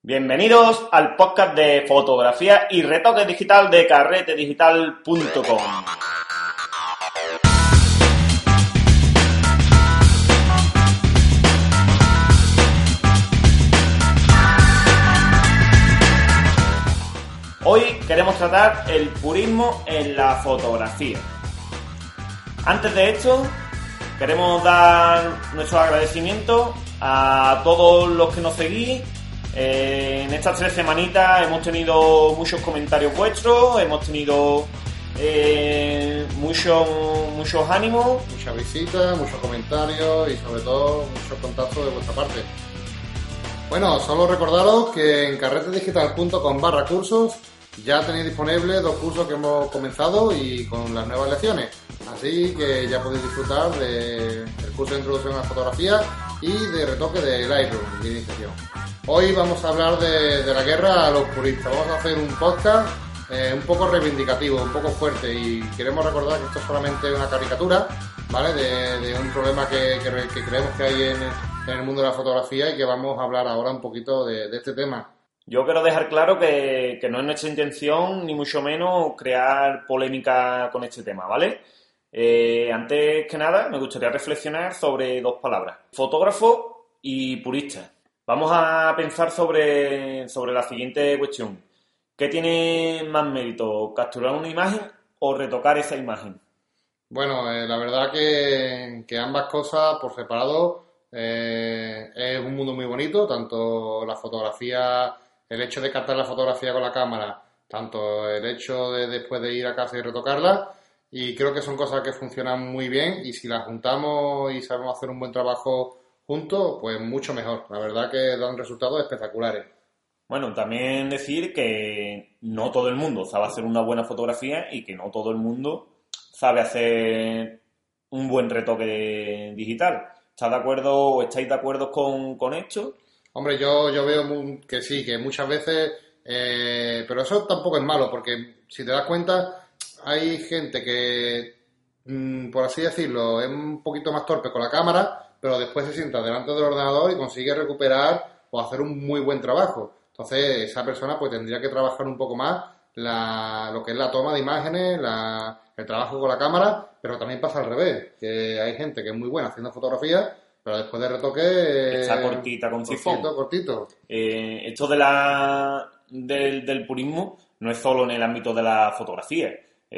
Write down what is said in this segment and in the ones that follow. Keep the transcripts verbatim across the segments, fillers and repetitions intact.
Bienvenidos al podcast de fotografía y retoque digital de carrete digital punto com. Hoy queremos tratar el purismo en la fotografía. Antes de esto, queremos dar nuestro agradecimiento a todos los que nos seguís. Eh, en estas tres semanitas hemos tenido muchos comentarios vuestros, hemos tenido eh, muchos muchos ánimos, muchas visitas, muchos comentarios y sobre todo muchos contactos de vuestra parte. Bueno, solo recordaros que en carrete digital punto com barra cursos ya tenéis disponibles dos cursos que hemos comenzado y con las nuevas lecciones, así que ya podéis disfrutar del curso de introducción a la fotografía y de retoque de Lightroom de iniciación. Hoy vamos a hablar de, de la guerra a los puristas. Vamos a hacer un podcast eh, un poco reivindicativo, un poco fuerte, y queremos recordar que esto es solamente una caricatura, ¿vale? De, de un problema que, que, que creemos que hay en, en el mundo de la fotografía y que vamos a hablar ahora un poquito de, de este tema. Yo quiero dejar claro que, que no es nuestra intención, ni mucho menos, crear polémica con este tema, ¿vale? Eh, antes que nada, me gustaría reflexionar sobre dos palabras: fotógrafo y purista. Vamos a pensar sobre, sobre la siguiente cuestión. ¿Qué tiene más mérito, capturar una imagen o retocar esa imagen? Bueno, eh, la verdad que, que ambas cosas por separado eh, es un mundo muy bonito, tanto la fotografía, el hecho de captar la fotografía con la cámara, tanto el hecho de después de ir a casa y retocarla, y creo que son cosas que funcionan muy bien, y si las juntamos y sabemos hacer un buen trabajo juntos, pues mucho mejor. La verdad que dan resultados espectaculares. Bueno, también decir que no todo el mundo sabe hacer una buena fotografía y que no todo el mundo sabe hacer un buen retoque digital. ¿Estás de acuerdo o estáis de acuerdo con, con esto? Hombre, yo, yo veo muy, que sí, que muchas veces... Eh, pero eso tampoco es malo, porque si te das cuenta, hay gente que, mmm, por así decirlo, es un poquito más torpe con la cámara, pero después se sienta delante del ordenador y consigue recuperar o hacer un muy buen trabajo. Entonces, esa persona pues tendría que trabajar un poco más la, lo que es la toma de imágenes, la, el trabajo con la cámara, pero también pasa al revés, que hay gente que es muy buena haciendo fotografías, pero después de retoque... Está cortita, con sifón. Cortito, cortito. Eh, esto de la, del, del purismo no es solo en el ámbito de la fotografía.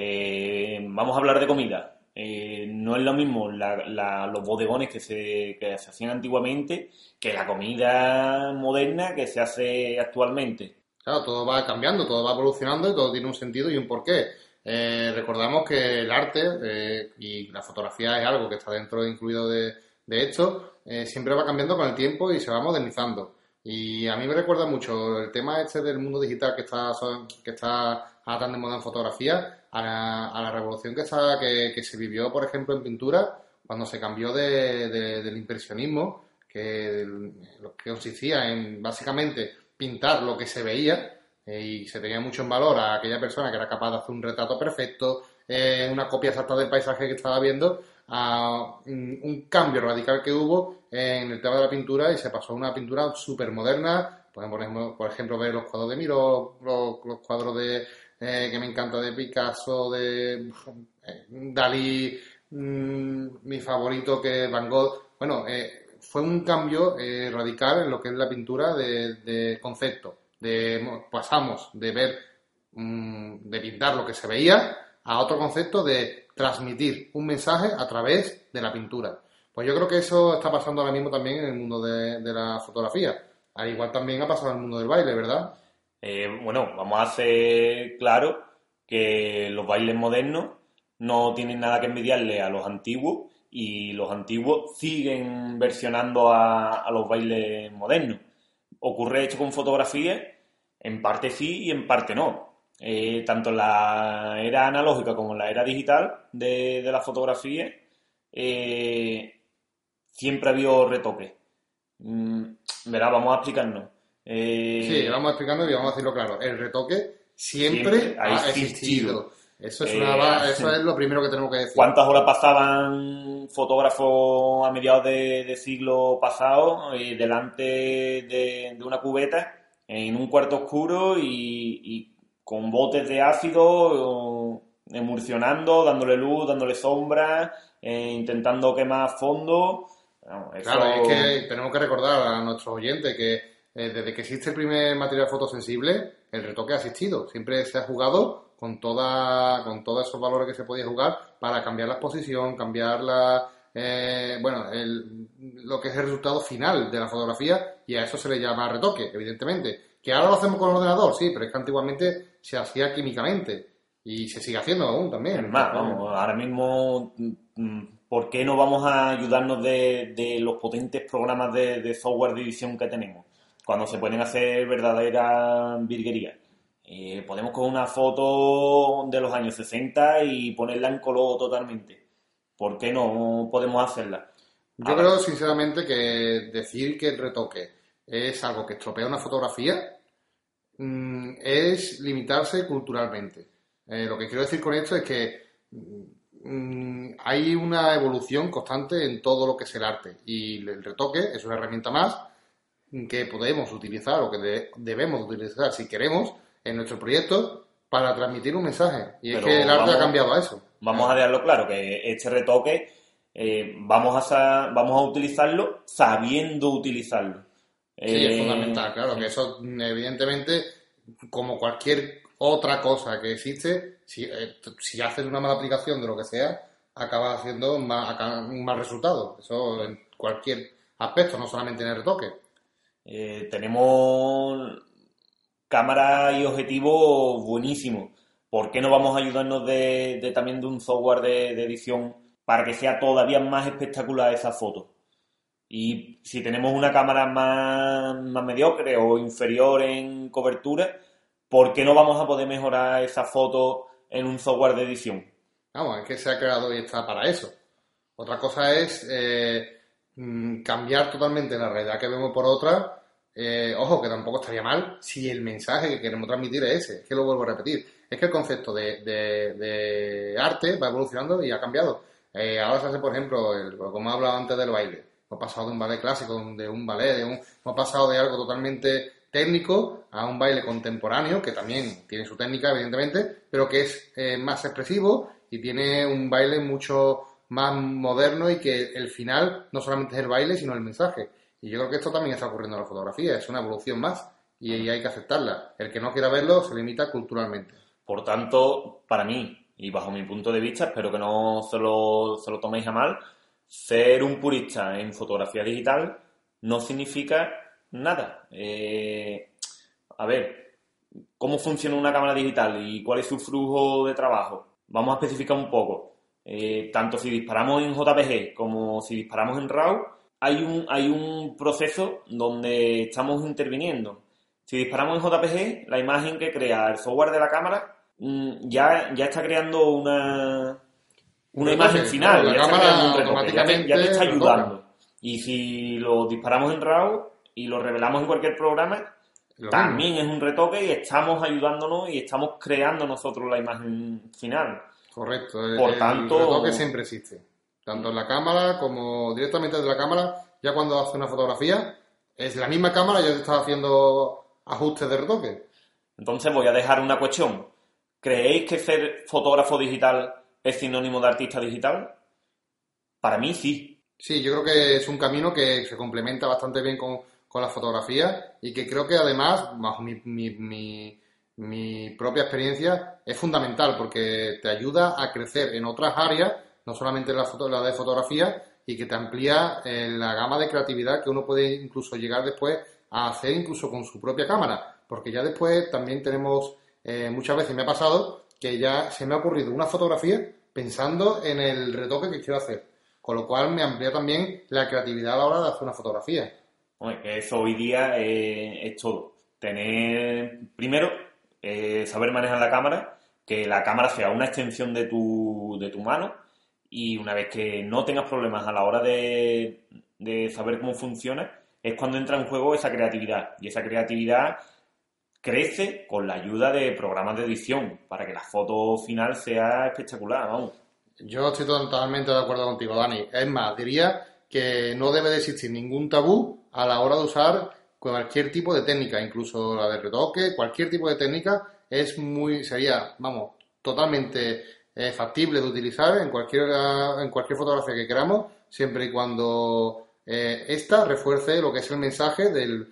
Eh, vamos a hablar de comida. Eh, no es lo mismo la, la, los bodegones que se, que se hacían antiguamente que la comida moderna que se hace actualmente. Claro, todo va cambiando, todo va evolucionando y todo tiene un sentido y un porqué. Eh, recordamos que el arte eh, y la fotografía es algo que está dentro incluido de, de esto, eh, siempre va cambiando con el tiempo y se va modernizando. Y a mí me recuerda mucho el tema este del mundo digital que está, que está tan de moda en fotografía, a la, a la revolución que, está, que, que se vivió, por ejemplo, en pintura, cuando se cambió de, de, del impresionismo, que lo que consistía en básicamente pintar lo que se veía, eh, y se tenía mucho en valor a aquella persona que era capaz de hacer un retrato perfecto, eh, una copia exacta del paisaje que estaba viendo, a un, un cambio radical que hubo en el tema de la pintura y se pasó a una pintura súper moderna. Podemos, por ejemplo, ver los cuadros de Miró, los, los cuadros de eh, que me encanta de Picasso, de eh, Dalí, mmm, mi favorito que es Van Gogh. Bueno, eh, fue un cambio eh, radical en lo que es la pintura de, de concepto. De, pasamos de ver, mmm, de pintar lo que se veía a otro concepto de transmitir un mensaje a través de la pintura. Pues yo creo que eso está pasando ahora mismo también en el mundo de, de la fotografía. Al igual también ha pasado en el mundo del baile, ¿verdad? Eh, bueno, vamos a hacer claro que los bailes modernos no tienen nada que envidiarle a los antiguos y los antiguos siguen versionando a, a los bailes modernos. ¿Ocurre esto con fotografía? En parte sí y en parte no. Eh, tanto en la era analógica como en la era digital de, de la fotografía eh, siempre ha habido retoque. Mm, verá, vamos a explicarnos. Eh, sí, vamos a explicarnos y vamos a decirlo claro. El retoque siempre, siempre ha existido. existido. Eso es, una, eh, eso es lo primero que tenemos que decir. ¿Cuántas horas pasaban fotógrafos a mediados de, de siglo pasado eh, delante de, de una cubeta en un cuarto oscuro y, y con botes de ácido, emulsionando, dándole luz, dándole sombra, eh, intentando quemar fondo. Bueno, eso... Claro, es que tenemos que recordar a nuestros oyentes que eh, desde que existe el primer material fotosensible, el retoque ha existido. Siempre se ha jugado con toda con todos esos valores que se podía jugar para cambiar la exposición, cambiar la, eh, bueno, el, lo que es el resultado final de la fotografía, y a eso se le llama retoque, evidentemente. Que ahora lo hacemos con el ordenador, sí, pero es que antiguamente se hacía químicamente y se sigue haciendo aún también. Es más, vamos, ahora mismo, ¿por qué no vamos a ayudarnos de, de los potentes programas de, de software de edición que tenemos? Cuando se pueden hacer verdaderas virguerías. Eh, podemos coger una foto de los años sesenta y ponerla en color totalmente. ¿Por qué no podemos hacerla? Yo ahora, creo sinceramente que decir que el retoque es algo que estropea una fotografía mmm, es limitarse culturalmente. Eh, lo que quiero decir con esto es que mmm, hay una evolución constante en todo lo que es el arte, y el retoque es una herramienta más que podemos utilizar o que de, debemos utilizar si queremos en nuestro proyecto para transmitir un mensaje. Y es Pero que el arte vamos, ha cambiado a eso. Vamos a dejarlo claro, que este retoque eh, vamos, a, vamos a utilizarlo sabiendo utilizarlo. Sí, eh, es fundamental, claro, que eso evidentemente, como cualquier otra cosa que existe, si, eh, si haces una mala aplicación de lo que sea, acabas haciendo un mal, un mal resultado. Eso en cualquier aspecto, no solamente en el retoque. Eh, tenemos cámaras y objetivos buenísimos. ¿Por qué no vamos a ayudarnos de, de también de un software de, de edición para que sea todavía más espectacular esa foto? Y si tenemos una cámara más, más mediocre o inferior en cobertura, ¿por qué no vamos a poder mejorar esa foto en un software de edición? Vamos, es que se ha creado y está para eso. Otra cosa es eh, cambiar totalmente la realidad que vemos por otra. Eh, ojo, que tampoco estaría mal si el mensaje que queremos transmitir es ese. Es que lo vuelvo a repetir. Es que el concepto de, de, de arte va evolucionando y ha cambiado. Eh, ahora se hace, por ejemplo, el, como he hablado antes del baile. Hemos pasado de un ballet clásico, de un ballet, de un, hemos pasado de algo totalmente técnico a un baile contemporáneo, que también tiene su técnica, evidentemente, pero que es eh, más expresivo y tiene un baile mucho más moderno, y que el final no solamente es el baile, sino el mensaje. Y yo creo que esto también está ocurriendo en la fotografía, es una evolución más y, y hay que aceptarla. El que no quiera verlo se limita culturalmente. Por tanto, para mí, y bajo mi punto de vista, espero que no se lo, se lo toméis a mal, ser un purista en fotografía digital no significa nada. Eh, a ver, ¿cómo funciona una cámara digital y cuál es su flujo de trabajo? Vamos a especificar un poco. Eh, tanto si disparamos en J P G como si disparamos en RAW, hay un, hay un proceso donde estamos interviniendo. Si disparamos en J P G, la imagen que crea el software de la cámara mmm, ya, ya está creando una... una imagen final, la ya cámara está un retoque, automáticamente ya te, ya te está ayudando. retoca. Y si lo disparamos en RAW y lo revelamos en cualquier programa, lo también mismo. Es un retoque y estamos ayudándonos y estamos creando nosotros la imagen final. Correcto. Por el, tanto, el retoque siempre existe. Tanto en la cámara como directamente desde la cámara. Ya cuando hace una fotografía, es la misma cámara, ya te está haciendo ajustes de retoque. Entonces voy a dejar una cuestión. ¿Creéis que ser fotógrafo digital es sinónimo de artista digital? Para mí sí. Sí, yo creo que es un camino que se complementa bastante bien con, con la fotografía, y que creo que además, bajo mi, mi, mi, mi propia experiencia, es fundamental porque te ayuda a crecer en otras áreas, no solamente en la, foto, la de fotografía, y que te amplía eh, la gama de creatividad que uno puede incluso llegar después a hacer incluso con su propia cámara, porque ya después también tenemos, eh, muchas veces me ha pasado que ya se me ha ocurrido una fotografía pensando en el retoque que quiero hacer, con lo cual me amplía también la creatividad a la hora de hacer una fotografía. Bueno, eso hoy día eh, es todo. Tener, primero, eh, saber manejar la cámara, que la cámara sea una extensión de tu, de tu mano, y una vez que no tengas problemas a la hora de, de saber cómo funciona, es cuando entra en juego esa creatividad. Y esa creatividad crece con la ayuda de programas de edición para que la foto final sea espectacular, vamos. Yo estoy totalmente de acuerdo contigo, Dani. Es más, diría que no debe de existir ningún tabú a la hora de usar cualquier tipo de técnica, incluso la de retoque, cualquier tipo de técnica es muy, sería, vamos, totalmente eh, factible de utilizar en cualquier, en cualquier fotografía que queramos, siempre y cuando eh, esta refuerce lo que es el mensaje del,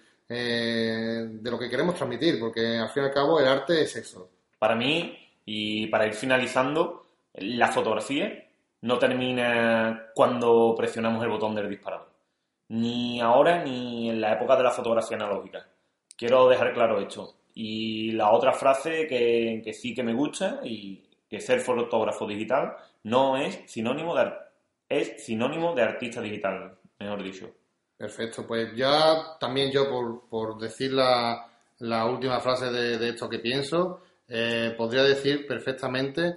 eh, de lo que queremos transmitir, porque al fin y al cabo el arte es eso. Para mí, y para ir finalizando, la fotografía no termina cuando presionamos el botón del disparador. Ni ahora ni en la época de la fotografía analógica. Quiero dejar claro esto. Y la otra frase que, que sí que me gusta, y que ser fotógrafo digital no es sinónimo de, es sinónimo de artista digital, mejor dicho. Perfecto, pues ya también yo por, por decir la, la última frase de, de esto que pienso, eh, podría decir perfectamente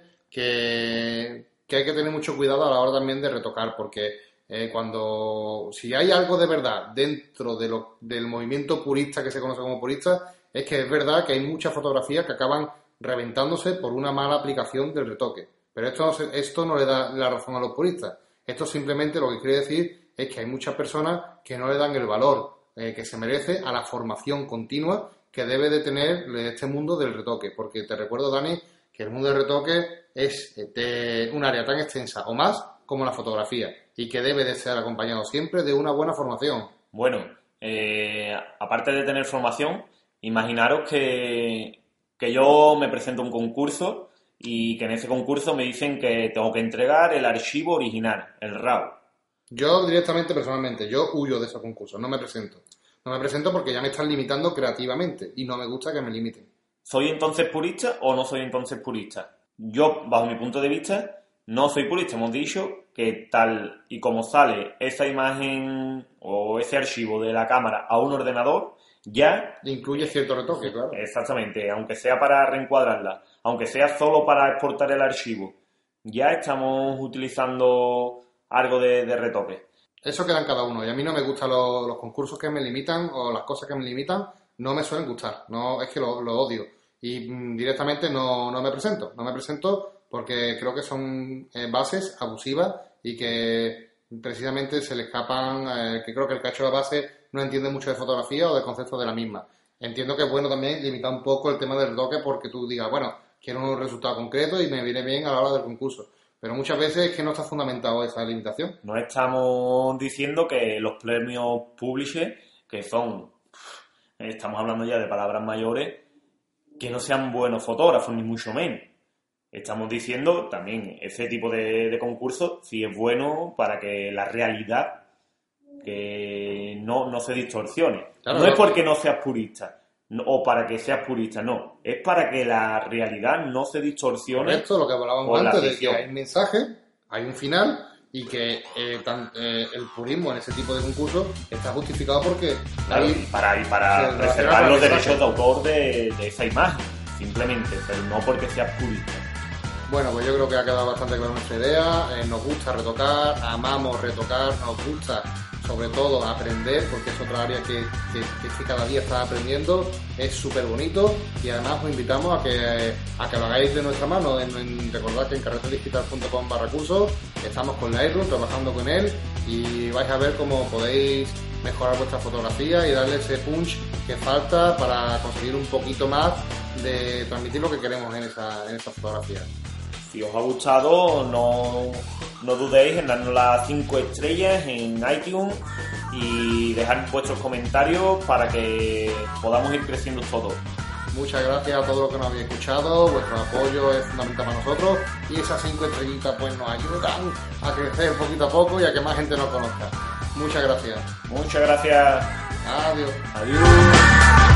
que, que hay que tener mucho cuidado a la hora también de retocar, porque eh, cuando si hay algo de verdad dentro de lo, del movimiento purista que se conoce como purista, es que es verdad que hay muchas fotografías que acaban reventándose por una mala aplicación del retoque. Pero esto, esto no le da la razón a los puristas. Esto simplemente lo que quiere decir es que hay muchas personas que no le dan el valor eh, que se merece a la formación continua que debe de tener este mundo del retoque. Porque te recuerdo, Dani, que el mundo del retoque es de un área tan extensa o más como la fotografía y que debe de ser acompañado siempre de una buena formación. Bueno, eh, aparte de tener formación, imaginaros que, que yo me presento a un concurso y que en ese concurso me dicen que tengo que entregar el archivo original, el RAW. Yo directamente, personalmente, yo huyo de esos concursos, no me presento. No me presento porque ya me están limitando creativamente y no me gusta que me limiten. ¿Soy entonces purista o no soy entonces purista? Yo, bajo mi punto de vista, no soy purista. Hemos dicho que tal y como sale esa imagen o ese archivo de la cámara a un ordenador, ya... incluye cierto retoque, claro. Exactamente, aunque sea para reencuadrarla, aunque sea solo para exportar el archivo, ya estamos utilizando algo de, de retoque. Eso queda en cada uno, y a mí no me gustan los, los concursos que me limitan o las cosas que me limitan, no me suelen gustar, no es que lo, lo odio. Y mm, directamente no, no me presento, no me presento porque creo que son eh, bases abusivas y que precisamente se le escapan, eh, que creo que el que ha hecho la base no entiende mucho de fotografía o del concepto de la misma. Entiendo que es bueno también limitar un poco el tema del retoque porque tú digas, bueno, quiero un resultado concreto y me viene bien a la hora del concurso. Pero muchas veces es que no está fundamentado esa limitación. No estamos diciendo que los premios Publisher, que son, estamos hablando ya de palabras mayores, que no sean buenos fotógrafos, ni mucho menos. Estamos diciendo también ese tipo de, de concursos si es bueno para que la realidad que no, no se distorsione. Claro, no es porque no seas purista no, o para que seas purista, no. Es para que la realidad no se distorsione. Esto lo que hablábamos antes de que hay un mensaje, hay un final y que eh, tan, eh, el purismo en ese tipo de concursos está justificado porque... Claro, hay, y para, y para reservar los derechos de autor de, de esa imagen, simplemente, pero no porque seas purista. Bueno, pues yo creo que ha quedado bastante clara nuestra idea. Eh, nos gusta retocar, amamos retocar, nos gusta sobre todo aprender, porque es otra área que, que, que cada día está aprendiendo, es súper bonito y además os invitamos a que, a que lo hagáis de nuestra mano. En, en, recordad que en carretedigital punto com barra cursos estamos con Lightroom trabajando con él y vais a ver cómo podéis mejorar vuestra fotografía y darle ese punch que falta para conseguir un poquito más de transmitir lo que queremos en esa, en esa fotografía. Si os ha gustado, no, no dudéis en darnos las cinco estrellas en iTunes y dejar vuestros comentarios para que podamos ir creciendo todos. Muchas gracias a todos los que nos habéis escuchado, vuestro apoyo es fundamental para nosotros y esas cinco estrellitas pues nos ayudan a crecer poquito a poco y a que más gente nos conozca. Muchas gracias. Muchas gracias. Adiós. Adiós.